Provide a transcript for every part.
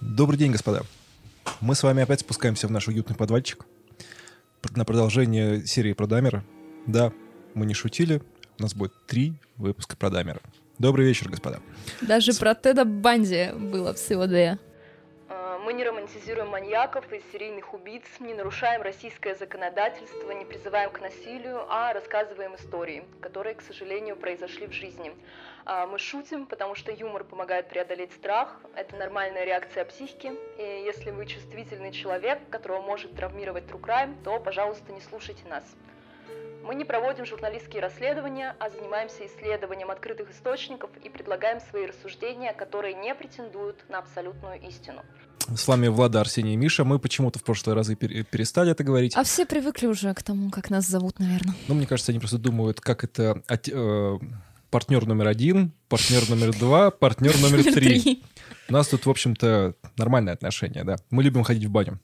Добрый день, господа. Мы с вами опять спускаемся в наш уютный подвальчик на продолжение серии про Дамера. Да, мы не шутили, у нас будет 3 выпуска про Дамера. Добрый вечер, господа. Даже про Теда Банди было всего 2. Мы не романтизируем маньяков и серийных убийц, не нарушаем российское законодательство, не призываем к насилию, а рассказываем истории, которые, к сожалению, произошли в жизни. Мы шутим, потому что юмор помогает преодолеть страх, это нормальная реакция психики, и если вы чувствительный человек, которого может травмировать true crime, то, пожалуйста, не слушайте нас. Мы не проводим журналистские расследования, а занимаемся исследованием открытых источников и предлагаем свои рассуждения, которые не претендуют на абсолютную истину. С вами Влада, Арсений и Миша. Мы почему-то в прошлые разы перестали это говорить. А все привыкли уже к тому, как нас зовут, наверное. Ну, мне кажется, они просто думают, как это партнер номер 1, партнер номер 2, партнер номер 3. У нас тут, в общем-то, нормальные отношения, да. Мы любим ходить в баню.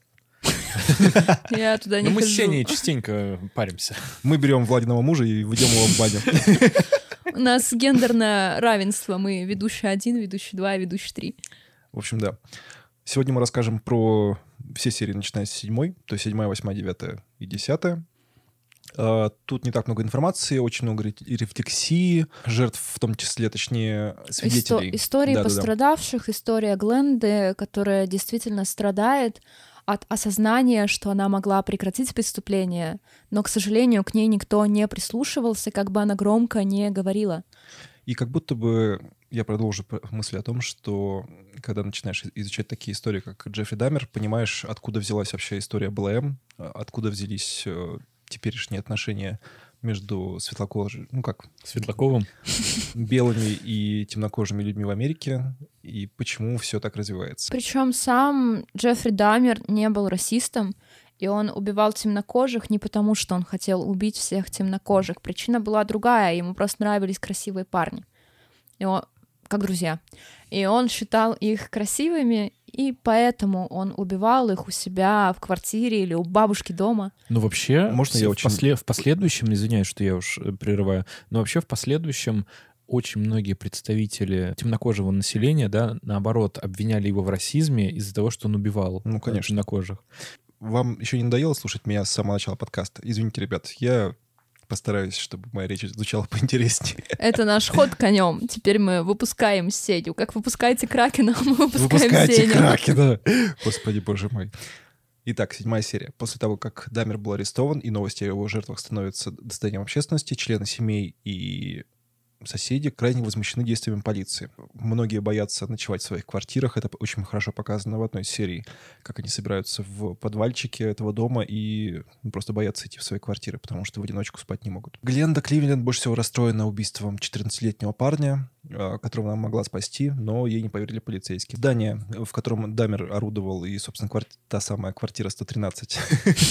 Я туда не хожу. Мы с Сеней частенько паримся. Мы берем Владиного мужа и ведем его в баню. У нас гендерное равенство. Мы ведущий 1, ведущий 2 и ведущий 3. В общем, да. Сегодня мы расскажем про все серии, начиная с 7, то есть 7, 8, 9 и 10. Тут не так много информации, очень много рефлексии, жертв в том числе, точнее, свидетелей. Истории пострадавших, история Гленды, которая действительно страдает от осознания, что она могла прекратить преступление, но, к сожалению, к ней никто не прислушивался, как бы она громко не говорила. И как будто бы я продолжу мысль о том, что когда начинаешь изучать такие истории, как Джеффри Даммер, понимаешь, откуда взялась вообще история БЛМ, откуда взялись теперешние отношения между Светлаковым, белыми и темнокожими людьми в Америке, и почему все так развивается. Причем сам Джеффри Даммер не был расистом, и он убивал темнокожих не потому, что он хотел убить всех темнокожих. Причина была другая, ему просто нравились красивые парни. И он, как друзья. И он считал их красивыми, и поэтому он убивал их у себя в квартире или у бабушки дома. Ну, вообще, в последующем, извиняюсь, что я уж прерываю, но вообще в последующем очень многие представители темнокожего населения, да, наоборот, обвиняли его в расизме из-за того, что он убивал темнокожих. Вам еще не надоело слушать меня с самого начала подкаста? Извините, ребят, я постараюсь, чтобы моя речь звучала поинтереснее. Это наш ход конем. Теперь мы выпускаем Сеню. Как выпускаете Кракена, мы выпускаем Выпускайте Сеню. Кракена! Господи, боже мой. Итак, 7 серия. После того, как Даммер был арестован, и новости о его жертвах становятся достоянием общественности, члены семей и соседи крайне возмущены действиями полиции. Многие боятся ночевать в своих квартирах. Это очень хорошо показано в одной серии, как они собираются в подвальчике этого дома и просто боятся идти в свои квартиры, потому что в одиночку спать не могут. Гленда Кливленд больше всего расстроена убийством 14-летнего парня, которого она могла спасти, но ей не поверили полицейские. Здание, в котором Даммер орудовал, и, собственно, та самая квартира 113.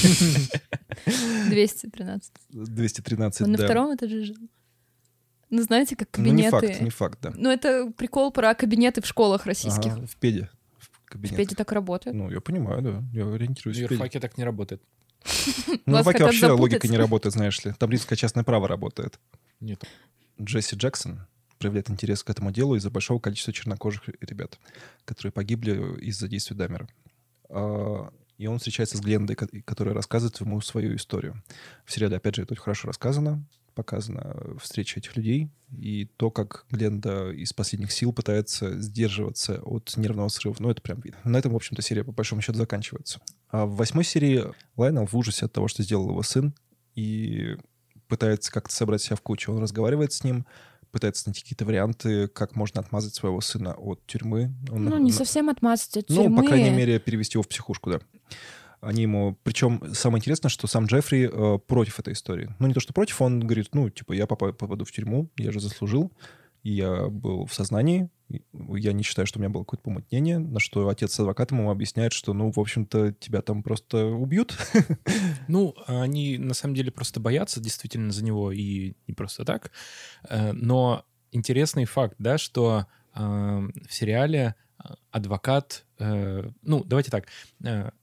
213. 213, Он на да. втором этаже жил. Ну, знаете, как кабинеты... Не факт, да. Ну, это прикол про кабинеты в школах российских. Ага, в педе. В педе так работает. Ну, я понимаю, да. Я ориентируюсь в В педе. юрфаке так не работает. Ну, Вас в факе хотят вообще запутать. логика не работает, знаешь ли. Там римское частное право работает. Нет. Джесси Джексон проявляет интерес к этому делу из-за большого количества чернокожих ребят, которые погибли из-за действий Даммера. И он встречается с Глендой, которая рассказывает ему свою историю. В сериале, опять же, это очень хорошо рассказано. Показана встреча этих людей и то, как Гленда из последних сил пытается сдерживаться от нервного срыва. Ну, это прям видно. На этом, в общем-то, серия по большому счету заканчивается. А в 8 серии Лайонел в ужасе от того, что сделал его сын, и пытается как-то собрать себя в кучу. Он разговаривает с ним, пытается найти какие-то варианты, как можно отмазать своего сына от тюрьмы. Не совсем отмазать от тюрьмы. Ну, по крайней мере, перевести его в психушку, да. Они ему... Причем самое интересное, что сам Джеффри против этой истории. Ну, не то, что против, он говорит, я попаду в тюрьму, я же заслужил, и я был в сознании, я не считаю, что у меня было какое-то помутнение, на что отец с адвокатом ему объясняет, что, в общем-то, тебя там просто убьют. Ну, они на самом деле просто боятся действительно за него, и не просто так. Но интересный факт, да, что в сериале адвокат... давайте так...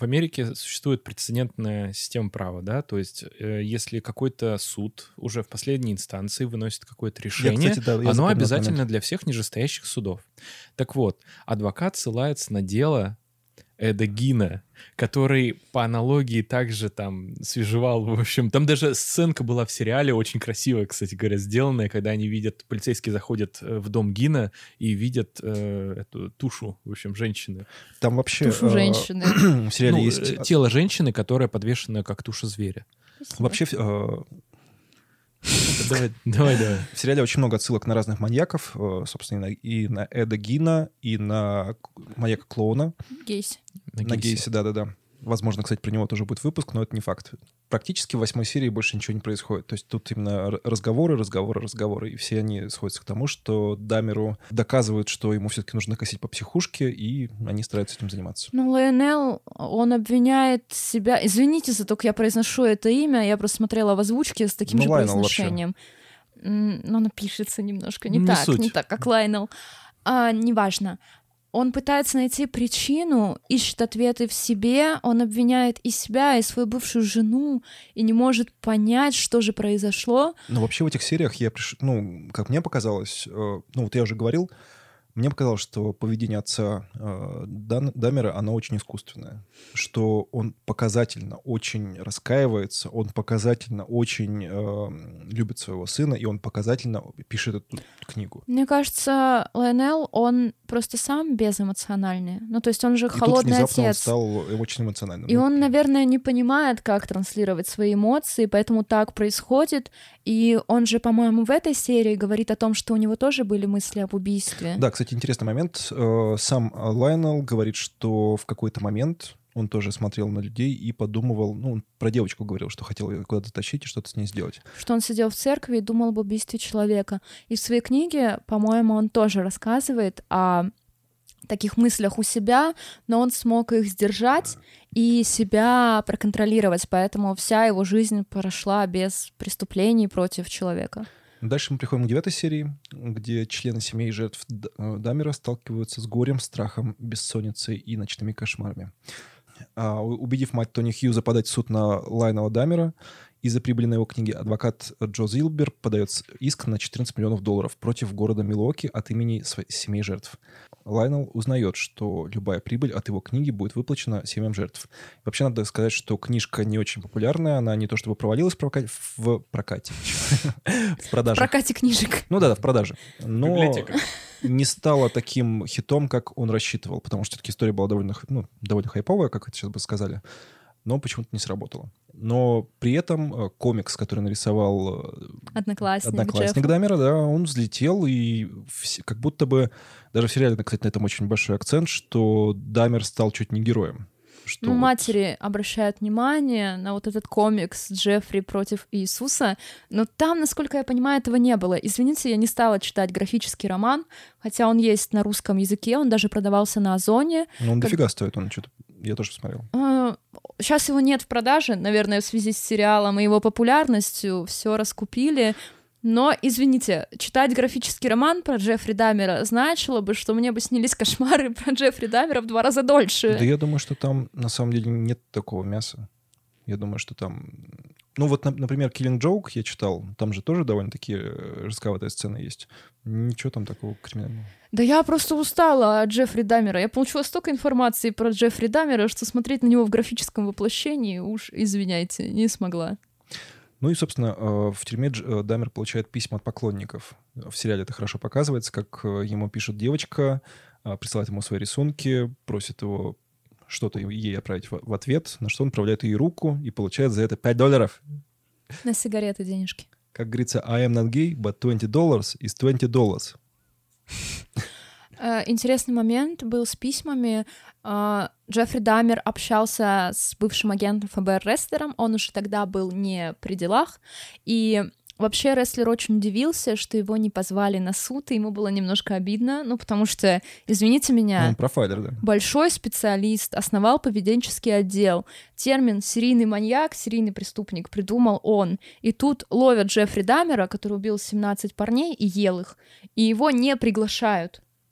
В Америке существует прецедентная система права, да, то есть если какой-то суд уже в последней инстанции выносит какое-то решение, оно обязательно для всех нижестоящих судов. Так вот, адвокат ссылается на дело Эда Гина, который по аналогии также там свежевал, в общем, там даже сценка была в сериале, очень красивая, кстати говоря, сделанная, когда они видят, полицейские заходят в дом Гина и видят эту тушу, в общем, женщины. Там вообще... Тушу женщины. В сериале есть... Тело женщины, которая подвешена как туша зверя. Спасибо. Вообще... Давай. В сериале очень много отсылок на разных маньяков, собственно, и на Эда Гина, и на маньяка-клоуна. Гейси. На Гейси, да-да-да. Возможно, кстати, про него тоже будет выпуск, но это не факт. Практически в 8 серии больше ничего не происходит. То есть тут именно разговоры, и все они сходятся к тому, что Дамеру доказывают, что ему все-таки нужно косить по психушке, и они стараются этим заниматься. Ну, Лайонелл, он обвиняет себя... Извините за то, как я произношу это имя, я просто смотрела в озвучке с таким же произношением. Но оно пишется немножко не так, как Лайонелл. Неважно. Он пытается найти причину, ищет ответы в себе, он обвиняет и себя, и свою бывшую жену, и не может понять, что же произошло. Но вообще в этих сериях как мне показалось, вот я уже говорил, мне показалось, что поведение отца Дамера, оно очень искусственное. Что он показательно очень раскаивается, он показательно очень любит своего сына, и он показательно пишет эту книгу. Мне кажется, Лайонелл, он просто сам безэмоциональный. Ну, то есть он же холодный отец. Он стал очень эмоциональным. И он, наверное, не понимает, как транслировать свои эмоции, поэтому так происходит. И он же, по-моему, в этой серии говорит о том, что у него тоже были мысли об убийстве. Да, кстати, интересный момент. Сам Лайонелл говорит, что в какой-то момент он тоже смотрел на людей и подумывал, он про девочку говорил, что хотел ее куда-то тащить и что-то с ней сделать. Что он сидел в церкви и думал об убийстве человека. И в своей книге, по-моему, он тоже рассказывает о таких мыслях у себя, но он смог их сдержать и себя проконтролировать, поэтому вся его жизнь прошла без преступлений против человека. Дальше мы приходим к 9-й серии, где члены семей жертв Дамера сталкиваются с горем, страхом, бессонницей и ночными кошмарами. Убедив мать Тони Хьюза подать в суд на Лайонелла Дамера из-за прибыли на его книги, адвокат Джо Зилбер подает иск на $14 миллионов против города Милуоки от имени семей жертв. Лайонелл узнает, что любая прибыль от его книги будет выплачена семьям жертв. Вообще, надо сказать, что книжка не очень популярная, она не то чтобы провалилась в прокате. В продаже. В прокате книжек. Ну да, в продаже. Но не стала таким хитом, как он рассчитывал, потому что все-таки история была довольно хайповая, как это сейчас бы сказали, но почему-то не сработала. Но при этом комикс, который нарисовал одноклассник Дамера, да, он взлетел, и как будто бы даже в сериале, кстати, на этом очень большой акцент, что Дамер стал чуть не героем. Матери обращают внимание на вот этот комикс Джеффри против Иисуса, но там, насколько я понимаю, этого не было. Извините, я не стала читать графический роман, хотя он есть на русском языке, он даже продавался на Озоне. Он дофига стоит, он что-то... Я тоже посмотрел. Сейчас его нет в продаже, наверное, в связи с сериалом и его популярностью, все раскупили. Но, извините, читать графический роман про Джеффри Дамера значило бы, что мне бы снились кошмары про Джеффри Дамера в 2 раза дольше. Да я думаю, что там на самом деле нет такого мяса. Я думаю, что там... например, Killing Joke я читал, там же тоже довольно-таки жестковатые сцены есть. Ничего там такого криминального. Да я просто устала от Джеффри Дамера. Я получила столько информации про Джеффри Дамера, что смотреть на него в графическом воплощении уж, извиняйте, не смогла. Ну и, собственно, в тюрьме Дамер получает письма от поклонников. В сериале это хорошо показывается, как ему пишет девочка, присылает ему свои рисунки, просит его что-то ей отправить в ответ, на что он отправляет ей руку и получает за это $5. На сигареты денежки. Как говорится, I am not gay, but $20 is $20. Интересный момент был с письмами. Джеффри Дамер общался с бывшим агентом ФБР Рестлером, он уже тогда был не при делах, и вообще Рестлер очень удивился, что его не позвали на суд, и ему было немножко обидно, потому что, извините меня, он профайлер, да. Большой специалист, основал поведенческий отдел, термин «серийный маньяк», «серийный преступник» придумал он, и тут ловят Джеффри Дамера, который убил 17 парней и ел их, и его не приглашают.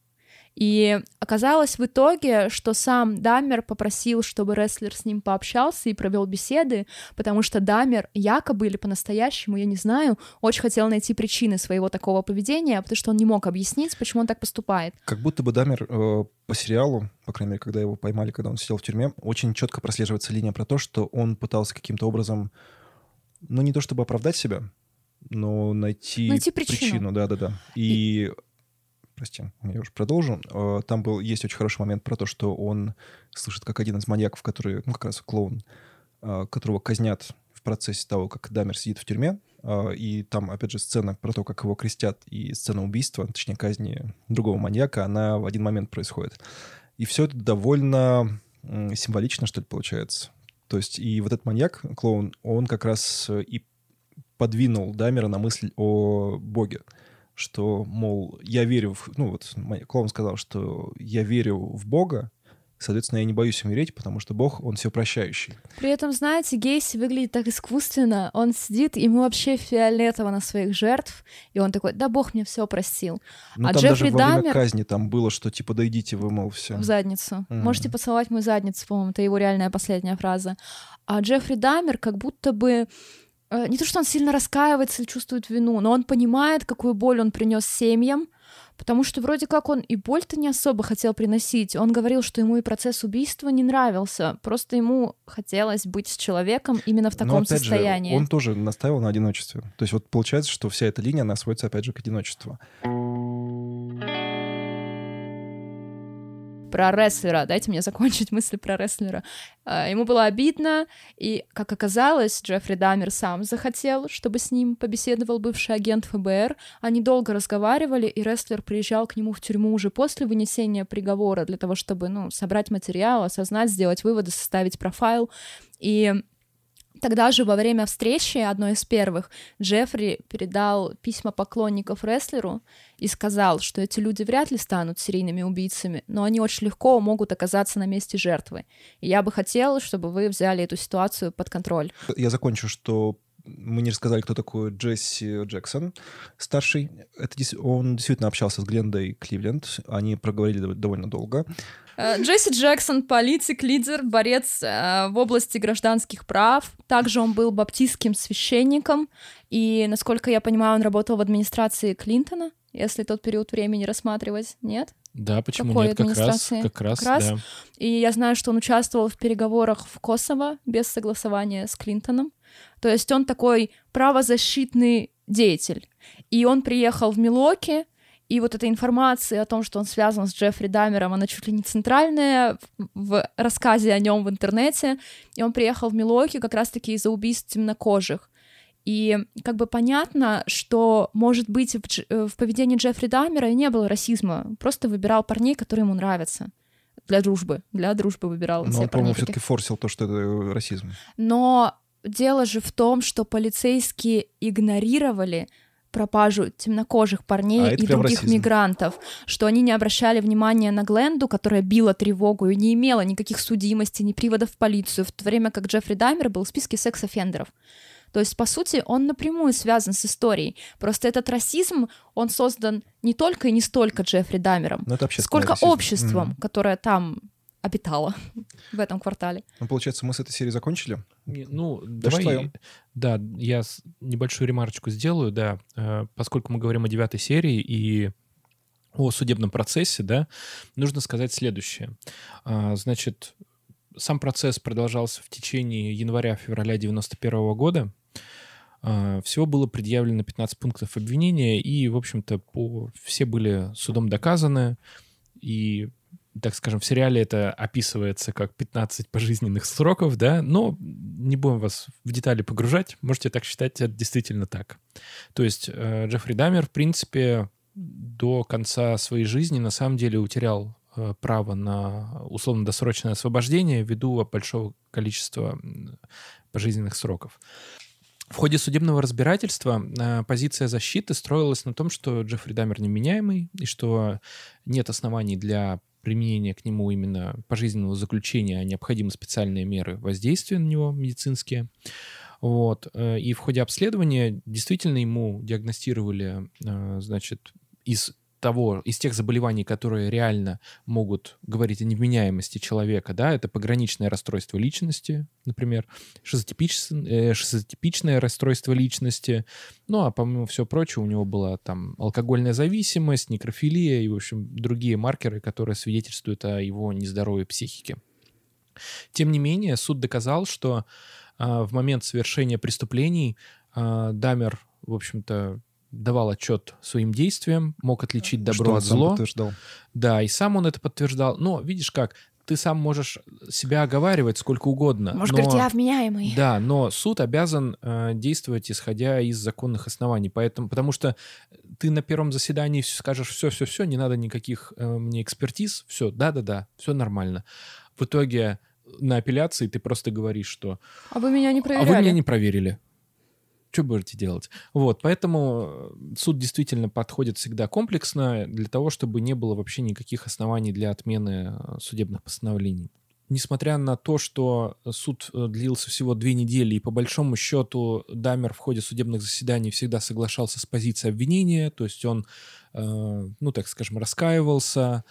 И оказалось в итоге, что сам Даммер попросил, чтобы рестлер с ним пообщался и провел беседы, потому что Даммер якобы или по-настоящему, я не знаю, очень хотел найти причины своего такого поведения, потому что он не мог объяснить, почему он так поступает. Как будто бы Даммер по сериалу, по крайней мере, когда его поймали, когда он сидел в тюрьме, очень четко прослеживается линия про то, что он пытался каким-то образом, ну, не то чтобы оправдать себя, но найти причину. Да-да-да. И... Прости, я уже продолжу. Там есть очень хороший момент про то, что он слышит, как один из маньяков, который, ну, как раз клоун, которого казнят в процессе того, как Даммер сидит в тюрьме. И там, опять же, сцена про то, как его крестят, и сцена убийства, точнее, казни другого маньяка, она в один момент происходит. И все это довольно символично, что ли, получается. То есть и вот этот маньяк, клоун, он как раз и подвинул Даммера на мысль о Боге. Что, мол, я верю в... Ну, вот клоун сказал, что я верю в Бога, соответственно, я не боюсь умереть, потому что Бог, он всепрощающий. При этом, знаете, Гейси выглядит так искусственно. Он сидит, ему вообще фиолетово на своих жертв, и он такой, да Бог мне все простил. Ну, а там Джеффри даже во время казни там было, что типа, да идите вы, мол, все. В задницу. Можете поцеловать мою задницу, по-моему, это его реальная последняя фраза. А Джеффри Даммер как будто бы... Не то, что он сильно раскаивается или чувствует вину, но он понимает, какую боль он принес семьям, потому что вроде как он и боль-то не особо хотел приносить. Он говорил, что ему и процесс убийства не нравился, просто ему хотелось быть с человеком именно в таком состоянии. Же, он тоже настаивал на одиночестве. То есть вот получается, что вся эта линия, она сводится опять же к одиночеству. Про рестлера. Дайте мне закончить мысли про рестлера. Ему было обидно, и, как оказалось, Джеффри Даммер сам захотел, чтобы с ним побеседовал бывший агент ФБР. Они долго разговаривали, и рестлер приезжал к нему в тюрьму уже после вынесения приговора для того, чтобы, ну, собрать материал, осознать, сделать выводы, составить профайл. И тогда же во время встречи, одной из первых, Джеффри передал письма поклонников рестлеру и сказал, что эти люди вряд ли станут серийными убийцами, но они очень легко могут оказаться на месте жертвы. И я бы хотела, чтобы вы взяли эту ситуацию под контроль. Я закончу, что мы не рассказали, кто такой Джесси Джексон, старший. Он действительно общался с Глендой Кливленд. Они проговорили довольно долго. Джесси Джексон — политик, лидер, борец в области гражданских прав. Также он был баптистским священником. И, насколько я понимаю, он работал в администрации Клинтона, если тот период времени рассматривать. Нет? Да, почему нет? Как раз, да. И я знаю, что он участвовал в переговорах в Косово без согласования с Клинтоном. То есть он такой правозащитный деятель. И он приехал в Милуоки, и вот эта информация о том, что он связан с Джеффри Даммером, она чуть ли не центральная в рассказе о нем в интернете. И он приехал в Милуоки как раз-таки из-за убийств темнокожих. И как бы понятно, что, может быть, в поведении Джеффри Даммера и не было расизма. Просто выбирал парней, которые ему нравятся. Для дружбы выбирал. Но он, по-моему, все-таки форсил то, что это расизм. Но дело же в том, что полицейские игнорировали пропажу темнокожих парней и других мигрантов, что они не обращали внимания на Гленду, которая била тревогу и не имела никаких судимостей, ни приводов в полицию, в то время как Джеффри Даммер был в списке секс-оффендеров. То есть, по сути, он напрямую связан с историей. Просто этот расизм, он создан не только и не столько Джеффри Даммером, сколько обществом, которое там обитало в этом квартале. Ну, получается, мы с этой серией закончили? Ну, давай... Да, я небольшую ремарочку сделаю, да. Поскольку мы говорим о 9-й серии и о судебном процессе, да, нужно сказать следующее. Значит, сам процесс продолжался в течение января-февраля 91 года. Всего было предъявлено 15 пунктов обвинения, и, в общем-то, все были судом доказаны, и, так скажем, в сериале это описывается как 15 пожизненных сроков, да, но не будем вас в детали погружать, можете так считать, это действительно так. То есть Джеффри Даммер, в принципе, до конца своей жизни на самом деле утерял право на условно-досрочное освобождение ввиду большого количества пожизненных сроков. В ходе судебного разбирательства позиция защиты строилась на том, что Джеффри Даммер неменяемый и что нет оснований для применения к нему именно пожизненного заключения, а необходимы специальные меры воздействия на него медицинские. Вот. И в ходе обследования действительно ему диагностировали, значит, из из тех заболеваний, которые реально могут говорить о невменяемости человека, да, это пограничное расстройство личности, например, шизотипичное расстройство личности, ну, а помимо всего прочего у него была там алкогольная зависимость, некрофилия и, в общем, другие маркеры, которые свидетельствуют о его нездоровой психике. Тем не менее, суд доказал, что в момент совершения преступлений Дамер, в общем-то, давал отчет своим действиям, мог отличить добро от зла. Да, и сам он это подтверждал. Но видишь как, ты сам можешь себя оговаривать сколько угодно. Можешь говорить, я вменяемый. Да, но суд обязан действовать, исходя из законных оснований. Потому что ты на первом заседании скажешь все, не надо никаких мне экспертиз, все, да, все нормально. В итоге на апелляции ты просто говоришь, что... А вы меня не проверяли. А вы меня не проверили. Что будете делать? Вот, поэтому суд действительно подходит всегда комплексно для того, чтобы не было вообще никаких оснований для отмены судебных постановлений. Несмотря на то, что суд длился всего 2 недели, и по большому счету Дамер в ходе судебных заседаний всегда соглашался с позицией обвинения, то есть он, так скажем, раскаивался,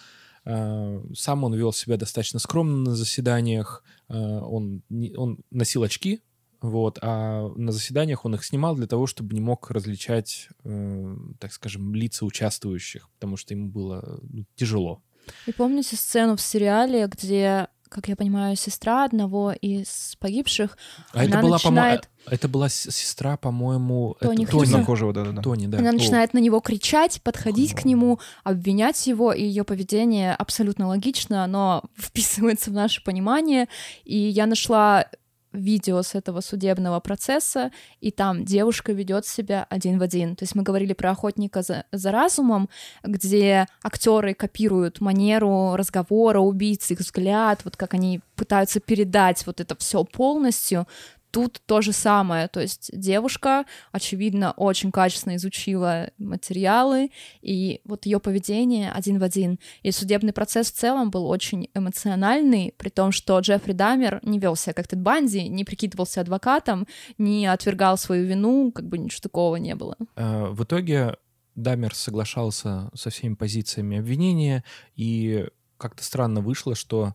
сам он вел себя достаточно скромно на заседаниях, он носил очки, вот, а на заседаниях он их снимал для того, чтобы не мог различать, так скажем, лица участвующих, потому что ему было тяжело. И помните сцену в сериале, где, как я понимаю, сестра одного из погибших, она начинает... Это была сестра, по-моему... Тони. Темнокожего, да. Тони, да. Она начинает на него кричать, подходить к нему, обвинять его, и ее поведение абсолютно логично, оно вписывается в наше понимание. И я нашла видео с этого судебного процесса, и там девушка ведет себя один в один. То есть мы говорили про «Охотника за разумом», где актеры копируют манеру разговора убийц, их взгляд, вот как они пытаются передать вот это все полностью. Тут то же самое, то есть девушка, очевидно, очень качественно изучила материалы, и вот ее поведение один в один. И судебный процесс в целом был очень эмоциональный, при том, что Джеффри Дамер не вел себя как Тед Банди, не прикидывался адвокатом, не отвергал свою вину, как бы ничего такого не было. В итоге Дамер соглашался со всеми позициями обвинения, и как-то странно вышло, что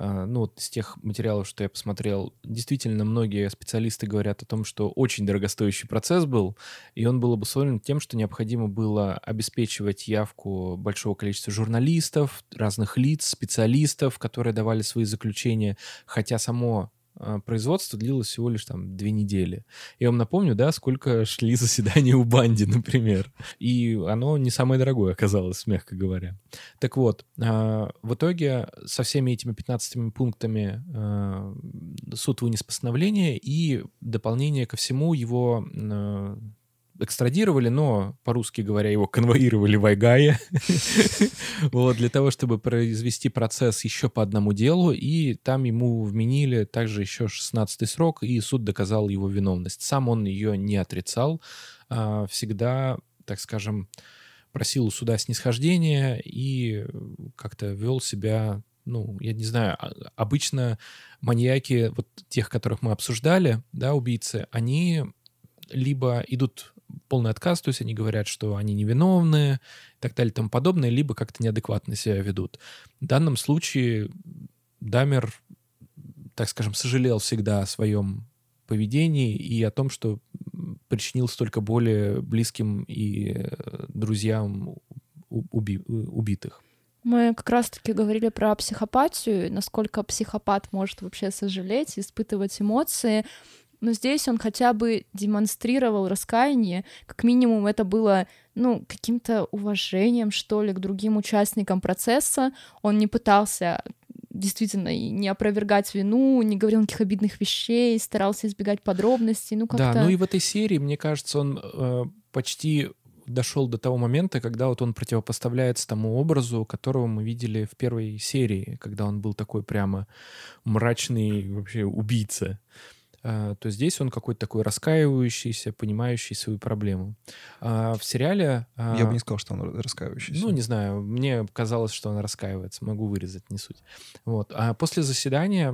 из тех материалов, что я посмотрел, действительно многие специалисты говорят о том, что очень дорогостоящий процесс был, и он был обусловлен тем, что необходимо было обеспечивать явку большого количества журналистов, разных лиц, специалистов, которые давали свои заключения, хотя само производство длилось всего лишь 2 недели. Я вам напомню, да, сколько шли заседания у Банди, например. И оно не самое дорогое оказалось, мягко говоря. Так вот, в итоге со всеми этими 15 пунктами суд вынес постановление, и дополнение ко всему его экстрадировали, но, по-русски говоря, его конвоировали в Айгае вот, для того, чтобы произвести процесс еще по одному делу, и там ему вменили также еще 16-й срок, и суд доказал его виновность. Сам он ее не отрицал, всегда, так скажем, просил у суда снисхождения и как-то вел себя, я не знаю, обычно маньяки, вот тех, которых мы обсуждали, да, убийцы, они либо идут полный отказ, то есть они говорят, что они невиновны и так далее и тому подобное, либо как-то неадекватно себя ведут. В данном случае Дамер, так скажем, сожалел всегда о своем поведении и о том, что причинил столько боли близким и друзьям убитых. Мы как раз-таки говорили про психопатию, насколько психопат может вообще сожалеть, испытывать эмоции. Но здесь он хотя бы демонстрировал раскаяние, как минимум это было, каким-то уважением, что ли, к другим участникам процесса. Он не пытался действительно не опровергать вину, не говорил никаких обидных вещей, старался избегать подробностей, как-то... Да, и в этой серии, мне кажется, он почти дошел до того момента, когда вот он противопоставляется тому образу, которого мы видели в первой серии, когда он был такой прямо мрачный вообще убийца. То здесь он какой-то такой раскаивающийся, понимающий свою проблему. В сериале... Я бы не сказал, что он раскаивающийся. Не знаю, мне казалось, что он раскаивается. Могу вырезать, не суть. Вот. А после заседания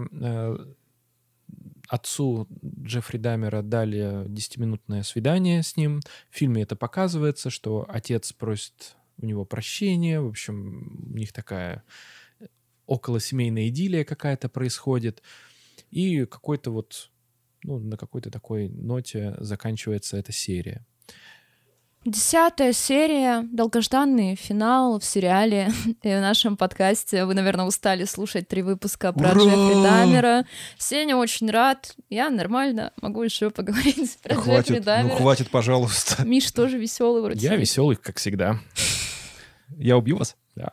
отцу Джеффри Дамера дали 10-минутное свидание с ним. В фильме это показывается, что отец просит у него прощение, в общем, у них такая околосемейная идиллия какая-то происходит, и какой-то вот, ну, на какой-то такой ноте заканчивается эта серия. 10-я серия, долгожданный финал в сериале и в нашем подкасте. Вы, наверное, устали слушать 3 выпуска про Джеффри Даммера. Сеня очень рад. Я нормально могу еще поговорить про Джеффри Даммера. Ну, хватит, пожалуйста. Миш тоже веселый вроде. Я веселый, как всегда. Я убью вас? Да.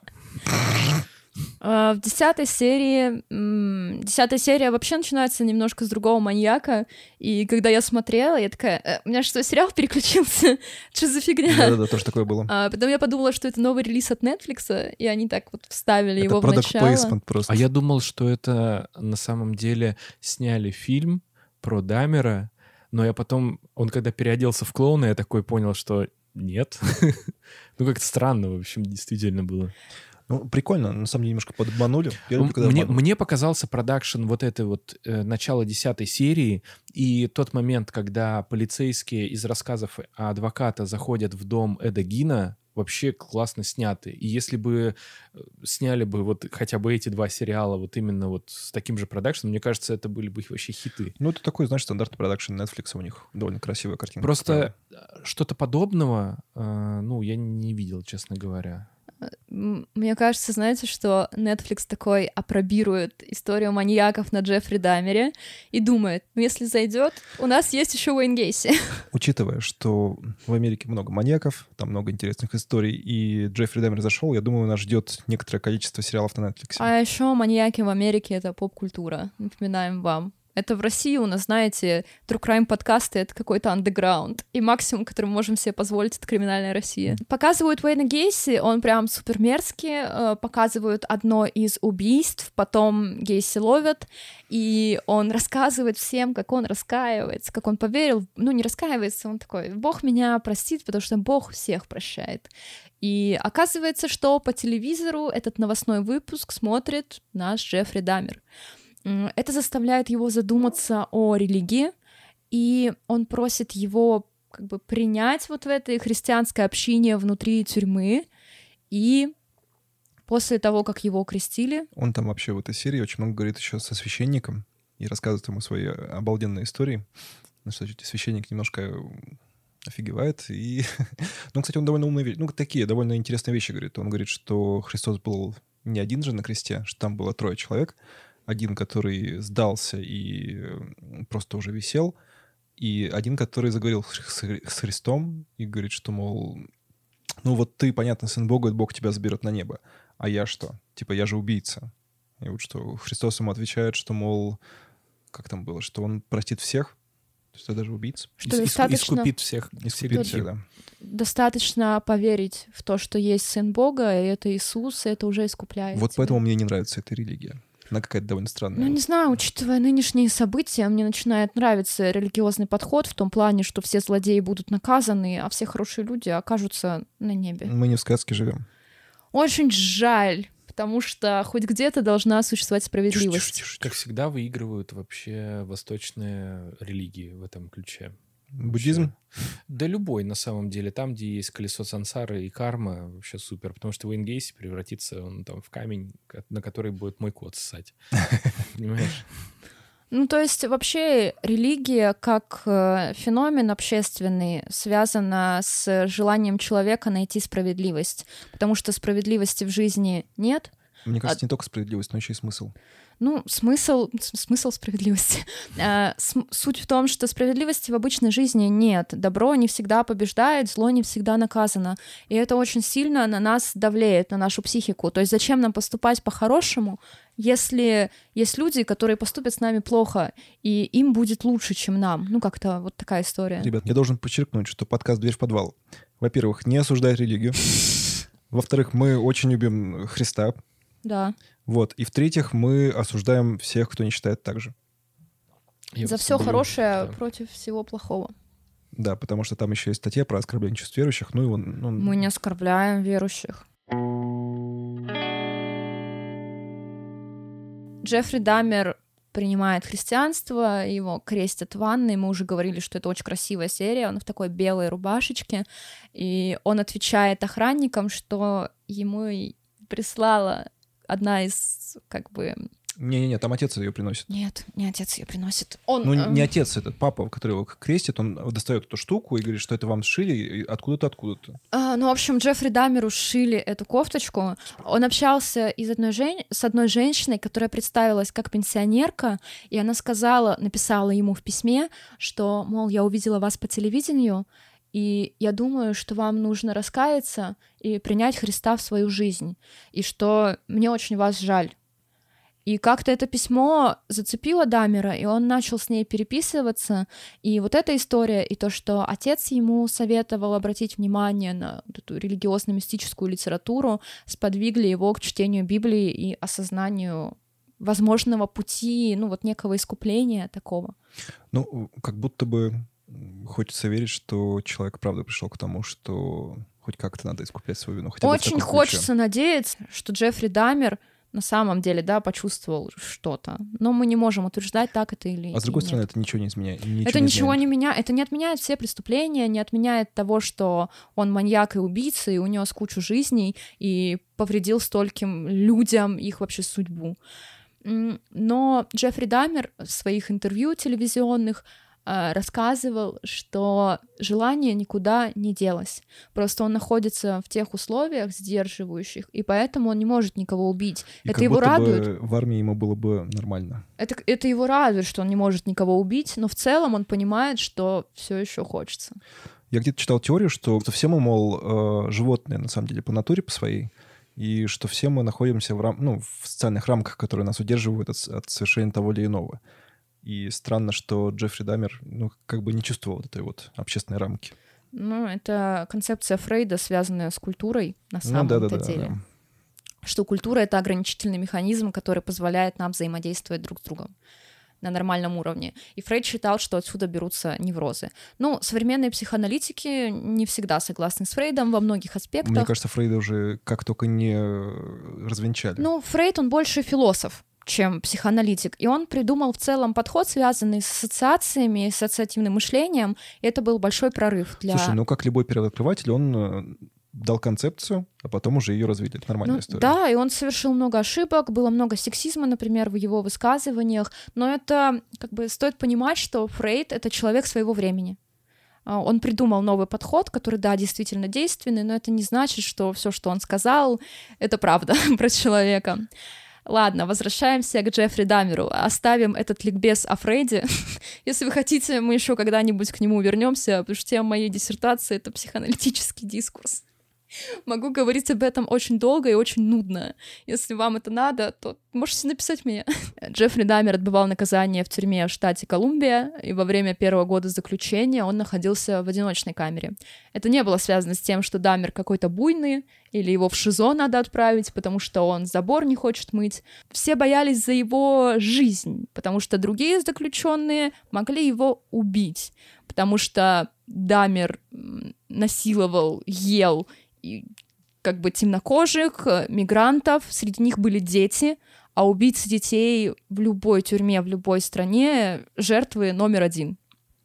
В 10-й серии... 10-я серия вообще начинается немножко с другого маньяка, и когда я смотрела, я такая, у меня что, сериал переключился? Что за фигня? Да-да-да, тоже такое было. Потом я подумала, что это новый релиз от Netflix, и они так вот вставили это его в начало. Это product placement просто. А я думал, что это на самом деле сняли фильм про Даммера, но я потом, он когда переоделся в клоуна, я такой понял, что нет. Ну, как-то странно, в общем, действительно было. Ну, прикольно, на самом деле немножко подобманули. Мне показался продакшн вот этой вот начала 10-й серии и тот момент, когда полицейские из рассказов адвоката заходят в дом Эда Гина, вообще классно сняты. И если бы сняли бы вот хотя бы эти 2 сериала вот именно вот с таким же продакшном, мне кажется, это были бы вообще хиты. Ну, это такой, знаешь, стандартный продакшн Netflix, у них довольно красивая картинка. Просто что-то подобного, ну, я не видел, честно говоря. Мне кажется, знаете, что Netflix такой апробирует историю маньяков на Джеффри Даммере и думает, ну если зайдет, у нас есть еще Уэйн Гейси. Учитывая, что в Америке много маньяков, там много интересных историй, и Джеффри Даммер зашел, я думаю, нас ждет некоторое количество сериалов на Netflix. А еще маньяки в Америке — это поп-культура, напоминаем вам. Это в России у нас, знаете, True Crime подкасты — это какой-то андеграунд. И максимум, который мы можем себе позволить, это криминальная Россия. Показывают Уэйна Гейси, он прям супер мерзкий, показывают одно из убийств, потом Гейси ловят, и он рассказывает всем, как он раскаивается, как он поверил. Ну, не раскаивается, он такой, Бог меня простит, потому что Бог всех прощает. И оказывается, что по телевизору этот новостной выпуск смотрит наш Джеффри Даммер. Это заставляет его задуматься о религии, и он просит его как бы принять вот в это христианское общение внутри тюрьмы, и после того, как его крестили... Он там вообще в этой серии очень много говорит еще со священником и рассказывает ему свои обалденные истории. Ну, что священник немножко офигевает. И... ну, кстати, он довольно умный... Ну, такие довольно интересные вещи говорит. Он говорит, что Христос был не один же на кресте, что там было 3 человек. Один, который сдался и просто уже висел, и один, который заговорил с Христом и говорит, что, мол, ну вот ты, понятно, сын Бога, и Бог тебя заберет на небо. А я что? Типа, я же убийца. И вот что Христос ему отвечает, что, мол, как там было, что он простит всех, что я даже убийца. Что достаточно... Искупит всех. Искупит всех, да. Достаточно поверить в то, что есть сын Бога, и это Иисус, и это уже искупляет. Вот тебя. Поэтому мне не нравится эта религия. Она какая-то довольно странная. Ну, не знаю, учитывая нынешние события, мне начинает нравиться религиозный подход в том плане, что все злодеи будут наказаны, а все хорошие люди окажутся на небе. Мы не в сказке живем. Очень жаль, потому что хоть где-то должна существовать справедливость. Тише. Как всегда выигрывают вообще восточные религии в этом ключе. Буддизм? Да любой, на самом деле. Там, где есть колесо сансары и карма, вообще супер. Потому что Уэйн Гейси превратится он там в камень, на который будет мой кот ссать. Понимаешь? Ну, то есть вообще религия как феномен общественный связана с желанием человека найти справедливость. Потому что справедливости в жизни нет. Мне кажется, не только справедливость, но еще и смысл. Ну, смысл справедливости. Суть в том, что справедливости в обычной жизни нет. Добро не всегда побеждает, зло не всегда наказано. И это очень сильно на нас давлеет, на нашу психику. То есть зачем нам поступать по-хорошему, если есть люди, которые поступят с нами плохо, и им будет лучше, чем нам? Ну, как-то вот такая история. Ребят, я должен подчеркнуть, что подкаст «Дверь в подвал», во-первых, не осуждает религию. Во-вторых, мы очень любим Христа. Да. Вот. И в-третьих, мы осуждаем всех, кто не считает так же. За все хорошее против всего плохого. Да, потому что там еще есть статья про оскорбление чувств верующих. Ну, и Мы не оскорбляем верующих. Джеффри Даммер принимает христианство, его крестят в ванной, мы уже говорили, что это очень красивая серия, он в такой белой рубашечке, и он отвечает охранникам, что ему прислала одна из, как бы... Не-не-не, там отец ее приносит. Нет, не отец ее приносит. Ну, не отец, этот папа, который его крестит, он достает эту штуку и говорит, что это вам сшили откуда-то, откуда-то. Ну, в общем, Джеффри Дамеру сшили эту кофточку. Он общался с одной женщиной, которая представилась как пенсионерка, и она написала ему в письме, что, мол, я увидела вас по телевидению, и я думаю, что вам нужно раскаяться и принять Христа в свою жизнь, и что мне очень вас жаль. И как-то это письмо зацепило Дамера, и он начал с ней переписываться. И вот эта история, и то, что отец ему советовал обратить внимание на эту религиозно-мистическую литературу, сподвигли его к чтению Библии и осознанию возможного пути, ну вот некого искупления такого. Ну, как будто бы хочется верить, что человек правда пришел к тому, что хоть как-то надо искуплять свою вину. Хотя очень хочется надеяться, что Джеффри Дамер на самом деле, да, почувствовал что-то. Но мы не можем утверждать, так это или нет. А с другой стороны, это ничего не изменяет. Это ничего не меняет. Это не отменяет все преступления, не отменяет того, что он маньяк и убийца, и унес кучу жизней, и повредил стольким людям их вообще судьбу. Но Джеффри Дамер в своих интервью телевизионных рассказывал, что желание никуда не делось. Просто он находится в тех условиях сдерживающих, и поэтому он не может никого убить. И это его радует. В армии ему было бы нормально. Это его радует, что он не может никого убить, но в целом он понимает, что все еще хочется. Я где-то читал теорию, что все мы, мол, животные, на самом деле, по натуре, по своей, и что все мы находимся в социальных рамках, которые нас удерживают от совершения того или иного. И странно, что Джеффри Дамер, как бы не чувствовал вот этой вот общественной рамки. Ну, это концепция Фрейда, связанная с культурой, на самом-то деле. Да. Что культура — это ограничительный механизм, который позволяет нам взаимодействовать друг с другом на нормальном уровне. И Фрейд считал, что отсюда берутся неврозы. Ну, современные психоаналитики не всегда согласны с Фрейдом во многих аспектах. Мне кажется, Фрейда уже как только не развенчали. Ну, Фрейд, он больше философ, чем психоаналитик. И он придумал в целом подход, связанный с ассоциациями, с ассоциативным мышлением, и это был большой прорыв для... Слушай, как любой первооткрыватель, он дал концепцию, а потом уже ее развили. Это нормальная история. Да, и он совершил много ошибок, было много сексизма, например, в его высказываниях, но это стоит понимать, что Фрейд — это человек своего времени. Он придумал новый подход, который, да, действительно действенный, но это не значит, что все, что он сказал, это правда про человека. Ладно, возвращаемся к Джеффри Дамеру. Оставим этот ликбез о Фрейде. Если вы хотите, мы еще когда-нибудь к нему вернемся, потому что тема моей диссертации — это психоаналитический дискурс. Могу говорить об этом очень долго и очень нудно. Если вам это надо, то можете написать мне. Джеффри Дамер отбывал наказание в тюрьме в штате Колумбия, и во время первого года заключения он находился в одиночной камере. Это не было связано с тем, что Дамер какой-то буйный, или его в ШИЗО надо отправить, потому что он забор не хочет мыть. Все боялись за его жизнь, потому что другие заключенные могли его убить, потому что Дамер насиловал, ел темнокожих, мигрантов, среди них были дети, а убийцы детей в любой тюрьме, в любой стране жертвы номер один.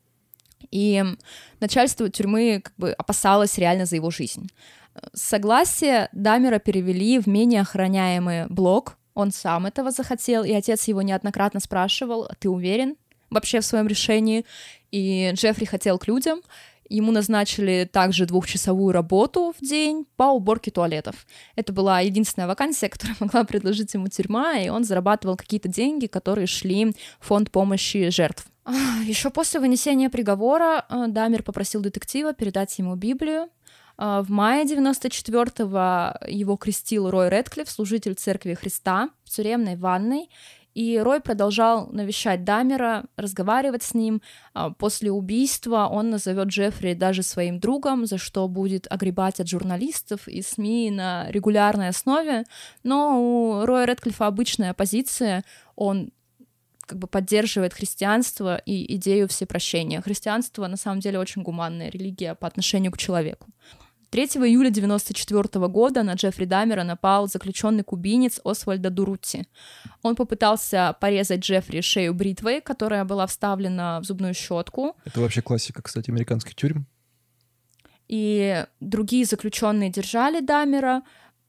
И начальство тюрьмы опасалось реально за его жизнь. Согласие Дамера перевели в менее охраняемый блок, он сам этого захотел, и отец его неоднократно спрашивал: «Ты уверен вообще в своем решении?» И Джеффри хотел к людям. Ему назначили также 2-часовую работу в день по уборке туалетов. Это была единственная вакансия, которую могла предложить ему тюрьма, и он зарабатывал какие-то деньги, которые шли в фонд помощи жертв. Еще после вынесения приговора Дамер попросил детектива передать ему Библию. В мае 94-го его крестил Рой Рэдклифф, служитель Церкви Христа, в тюремной ванной. И Рой продолжал навещать Дамера, разговаривать с ним. После убийства он назовет Джеффри даже своим другом, за что будет огребать от журналистов и СМИ на регулярной основе. Но у Роя Рэдклиффа обычная позиция, он поддерживает христианство и идею всепрощения. Христианство на самом деле очень гуманная религия по отношению к человеку. 3 июля 1994 года на Джеффри Даммера напал заключенный кубинец Освальдо Дурутти. Он попытался порезать Джеффри шею бритвой, которая была вставлена в зубную щетку. Это вообще классика, кстати, американских тюрем. И другие заключенные держали Даммера,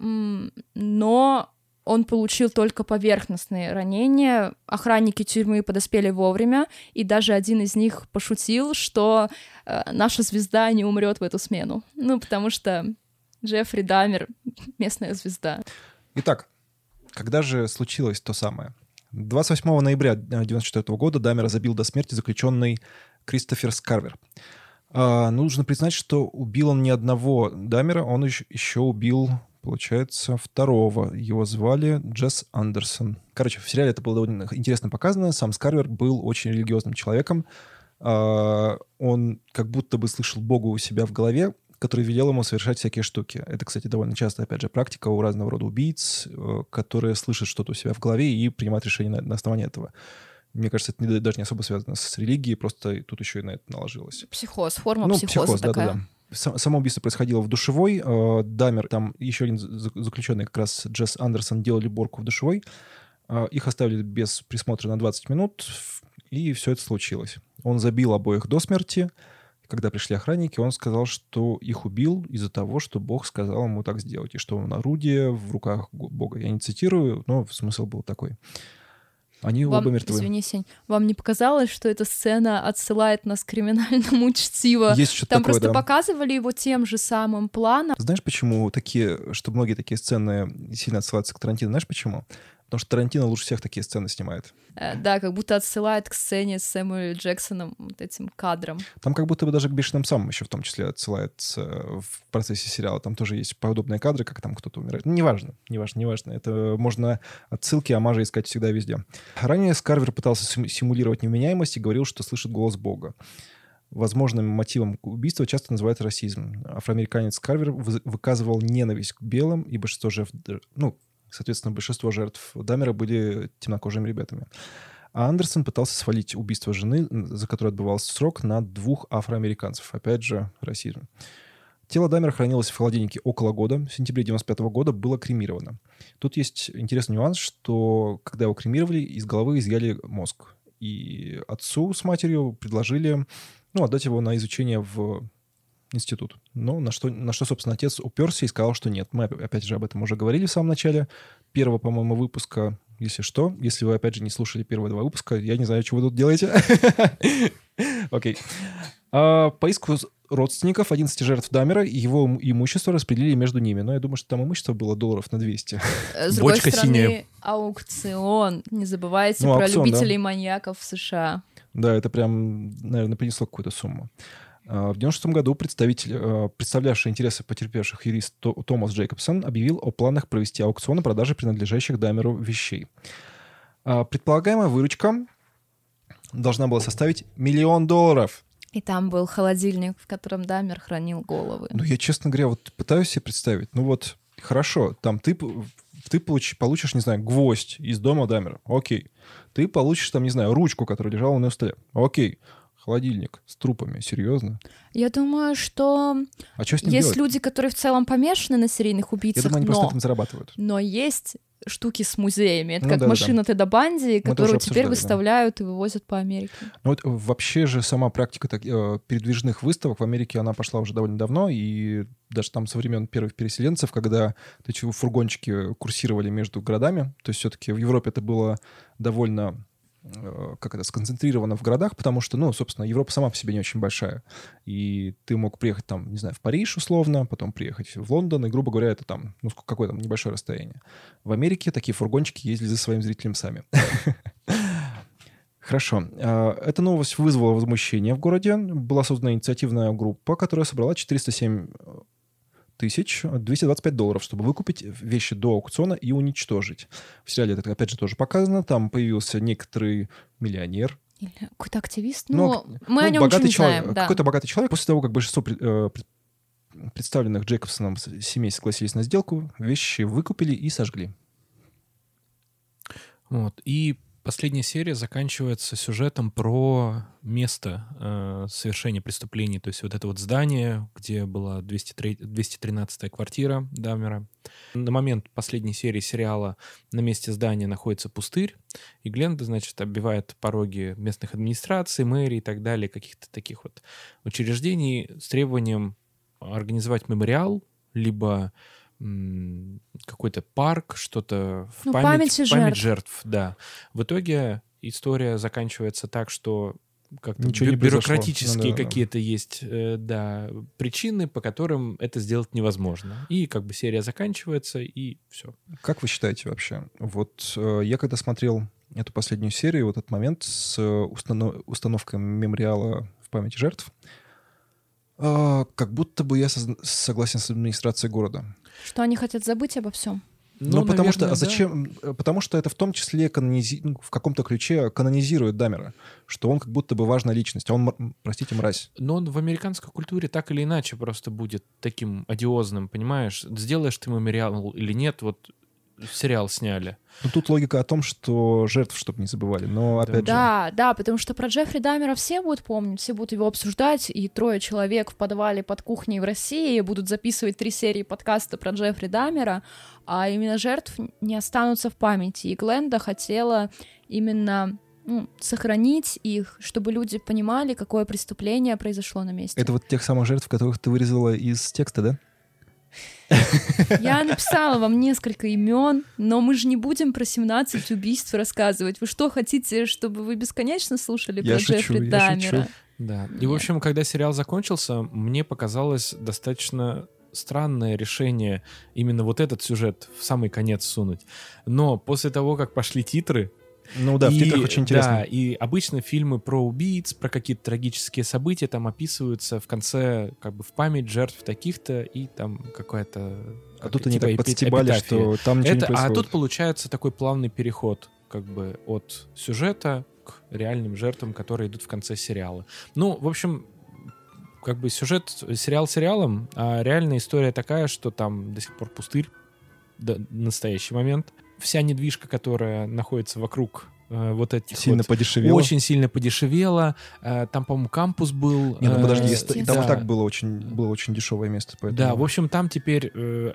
но он получил только поверхностные ранения. Охранники тюрьмы подоспели вовремя, и даже один из них пошутил, что наша звезда не умрет в эту смену. Ну, потому что Джеффри Даммер — местная звезда. Итак, когда же случилось то самое? 28 ноября 1994 года Даммера забил до смерти заключенный Кристофер Скарвер. Нужно признать, что убил он не одного Даммера, он еще убил, получается, второго. Его звали Джесс Андерсон. Короче, в сериале это было довольно интересно показано. Сам Скарвер был очень религиозным человеком. Он как будто бы слышал Бога у себя в голове, который велел ему совершать всякие штуки. Это, кстати, довольно часто, опять же, практика у разного рода убийц, которые слышат что-то у себя в голове и принимают решение на основании этого. Мне кажется, это даже не особо связано с религией, просто тут еще и на это наложилось. Психоз, форма психоза такая. Да. Само убийство происходило в душевой. Даммер, там еще один заключенный, как раз Джесс Андерсон, делали уборку в душевой. Их оставили без присмотра на 20 минут, и все это случилось. Он забил обоих до смерти. Когда пришли охранники, он сказал, что их убил из-за того, что Бог сказал ему так сделать, и что он орудие в руках Бога. Я не цитирую, но смысл был такой. Они оба мертвы. Извини, Сень, вам не показалось, что эта сцена отсылает нас к криминальному чтиву? Есть что-то Там такое, просто да. показывали его тем же самым планом. Знаешь, почему что многие такие сцены сильно отсылаются к Тарантино? Знаешь, почему? Потому что Тарантино лучше всех такие сцены снимает. Да, как будто отсылает к сцене с Сэмюэлем Джексоном, вот этим кадром. Там как будто бы даже к «Бешеным псам» еще в том числе отсылается в процессе сериала. Там тоже есть подобные кадры, как там кто-то умирает. Неважно. Это можно отсылки, омажи искать всегда везде. Ранее Скарвер пытался симулировать невменяемость и говорил, что слышит голос Бога. Возможным мотивом убийства часто называют расизм. Афроамериканец Скарвер выказывал ненависть к белым, и большинство жертв... Соответственно, большинство жертв Даммера были темнокожими ребятами. А Андерсон пытался свалить убийство жены, за которое отбывался срок, на 2 афроамериканцев. Опять же, расизм. Тело Даммера хранилось в холодильнике около года. В сентябре 1995 года было кремировано. Тут есть интересный нюанс, что когда его кремировали, из головы изъяли мозг. И отцу с матерью предложили отдать его на изучение в институт. Но на что, собственно, отец уперся и сказал, что нет. Мы, опять же, об этом уже говорили в самом начале первого, по-моему, выпуска. Если вы, опять же, не слушали первые 2 выпуска, я не знаю, что вы тут делаете. Окей. По иску родственников 11 жертв Даммера и его имущество распределили между ними. Но я думаю, что там имущество было $1 на 200. С другой стороны, аукцион. Не забывайте про любителей маньяков в США. Да, это прям, наверное, принесло какую-то сумму. В 1996 году представлявший интересы потерпевших юрист Томас Джейкобсон объявил о планах провести аукцион о продаже принадлежащих Даммеру вещей. Предполагаемая выручка должна была составить $1 миллион. И там был холодильник, в котором Даммер хранил головы. Я, честно говоря, пытаюсь себе представить. Хорошо, там ты получишь, не знаю, гвоздь из дома Даммера. Окей. Ты получишь, там, не знаю, ручку, которая лежала на столе. Окей. Холодильник с трупами. Серьезно? Я думаю, что есть делать? люди, которые в целом помешаны на серийных убийцах, я думаю, они просто этим зарабатывают. Но есть штуки с музеями. Это как машина Теда Банди, которую теперь выставляют и вывозят по Америке. Вообще же сама практика передвижных выставок в Америке, она пошла уже довольно давно, и даже там со времен первых переселенцев, когда эти фургончики курсировали между городами, то есть все-таки в Европе это было довольно сконцентрировано в городах, потому что, собственно, Европа сама по себе не очень большая. И ты мог приехать там, не знаю, в Париж условно, потом приехать в Лондон, и, грубо говоря, это там, какое-то небольшое расстояние. В Америке такие фургончики ездили за своим зрителем сами. Хорошо. Эта новость вызвала возмущение в городе. Была создана инициативная группа, которая собрала $407 225, чтобы выкупить вещи до аукциона и уничтожить. В сериале это, опять же, тоже показано. Там появился некоторый миллионер. Или какой-то активист. Мы о нем ничего не знаем. Да. Какой-то богатый человек. После того, как большинство представленных Джейкобсоном семей согласились на сделку, вещи выкупили и сожгли. И Последняя серия заканчивается сюжетом про место совершения преступлений. То есть вот это вот здание, где была 213-я квартира Даммера. На момент последней серии сериала на месте здания находится пустырь, и Гленда, значит, оббивает пороги местных администраций, мэрии и так далее, каких-то таких вот учреждений с требованием организовать мемориал, либо какой-то парк, что-то в память жертв. Да. В итоге история заканчивается так, что как-то бюрократические какие-то есть причины, по которым это сделать невозможно. И как бы серия заканчивается, и все. Как вы считаете вообще? Вот я когда смотрел эту последнюю серию, вот этот момент с установкой мемориала в память жертв, как будто бы я согласен с администрацией города. Что они хотят забыть обо всем? Ну, потому что, зачем? Потому что это в том числе в каком-то ключе канонизирует Даммера, что он как будто бы важная личность, а он, простите, мразь. Но он в американской культуре так или иначе просто будет таким одиозным, понимаешь? Сделаешь ты мемориал или нет, вот сериал сняли. Ну, тут логика о том, что жертв, чтобы не забывали, но опять же... Да, потому что про Джеффри Даммера все будут помнить, все будут его обсуждать, и 3 человек в подвале под кухней в России будут записывать 3 серии подкаста про Джеффри Даммера, а именно жертв не останутся в памяти. И Гленда хотела именно сохранить их, чтобы люди понимали, какое преступление произошло на месте. Это вот тех самых жертв, которых ты вырезала из текста, да? Я написала вам несколько имен, но мы же не будем про 17 убийств рассказывать. Вы что, хотите, чтобы вы бесконечно слушали про Джеффри Даммера? Да. И, в общем, когда сериал закончился, мне показалось достаточно странное решение именно вот этот сюжет в самый конец сунуть. Но после того, как пошли титры, ну да, в титрах очень интересно. Да, и обычно фильмы про убийц, про какие-то трагические события там описываются в конце, как бы в память жертв таких-то, и там какая-то... А тут они так подстебали, что там ничего не происходит. А тут получается такой плавный переход как бы от сюжета к реальным жертвам, которые идут в конце сериала. Ну, в общем, как бы сюжет сериал сериалом, а реальная история такая, что там до сих пор пустырь в настоящий момент. Вся недвижка, которая находится вокруг вот этих сильно подешевела. Очень сильно подешевела. Там, по-моему, кампус был. Не, ну подожди, там и так было очень дешевое место. Поэтому... Да, в общем, там теперь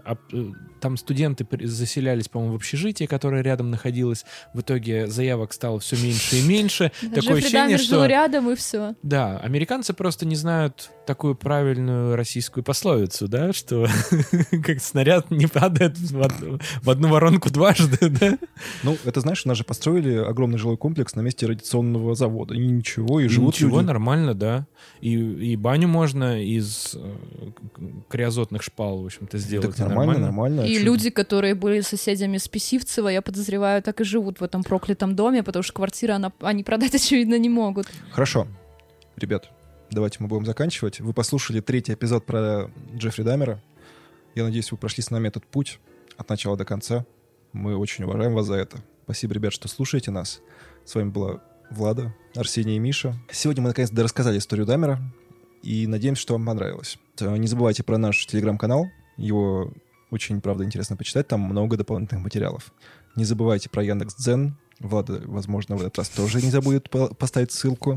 там студенты заселялись, по-моему, в общежитие, которое рядом находилось. В итоге заявок стало все меньше и меньше. Такое ощущение, что... жил рядом, и все. Да, американцы просто не знают такую правильную российскую пословицу, да, что как снаряд не падает в одну воронку дважды, да? Ну, это, знаешь, у нас же построили огромный жилой комплекс на месте радиационного завода. И ничего, и живут ничего, люди. Нормально, да. И баню можно из криозотных шпал, в общем-то, сделать. Так нормально. И люди, которые были соседями Списивцева, я подозреваю, так и живут в этом проклятом доме, потому что квартиру они продать, очевидно, не могут. Хорошо. Ребят, давайте мы будем заканчивать. Вы послушали 3-й эпизод про Джеффри Даммера. Я надеюсь, вы прошли с нами этот путь от начала до конца. Мы очень уважаем вас за это. Спасибо, ребят, что слушаете нас. С вами была Влада, Арсений и Миша. Сегодня мы наконец-то рассказали историю Даммера и надеемся, что вам понравилось. Не забывайте про наш телеграм-канал. Его очень, правда, интересно почитать. Там много дополнительных материалов. Не забывайте про Яндекс.Дзен. Влада, возможно, в этот раз тоже не забудет поставить ссылку.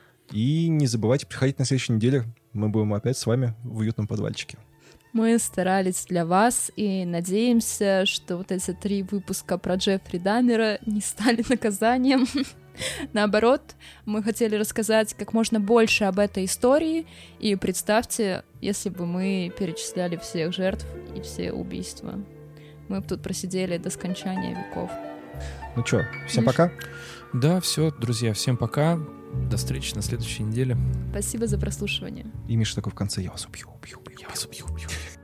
И не забывайте приходить на следующей неделе. Мы будем опять с вами в уютном подвальчике. Мы старались для вас и надеемся, что вот эти 3 выпуска про Джеффри Даммера не стали наказанием. Наоборот, мы хотели рассказать как можно больше об этой истории. И представьте, если бы мы перечисляли всех жертв и все убийства. Мы бы тут просидели до скончания веков. Ну что, всем пока? Да, все, друзья, всем пока. До встречи на следующей неделе. Спасибо за прослушивание. И Миша такой в конце: я вас убью. Я вас убью.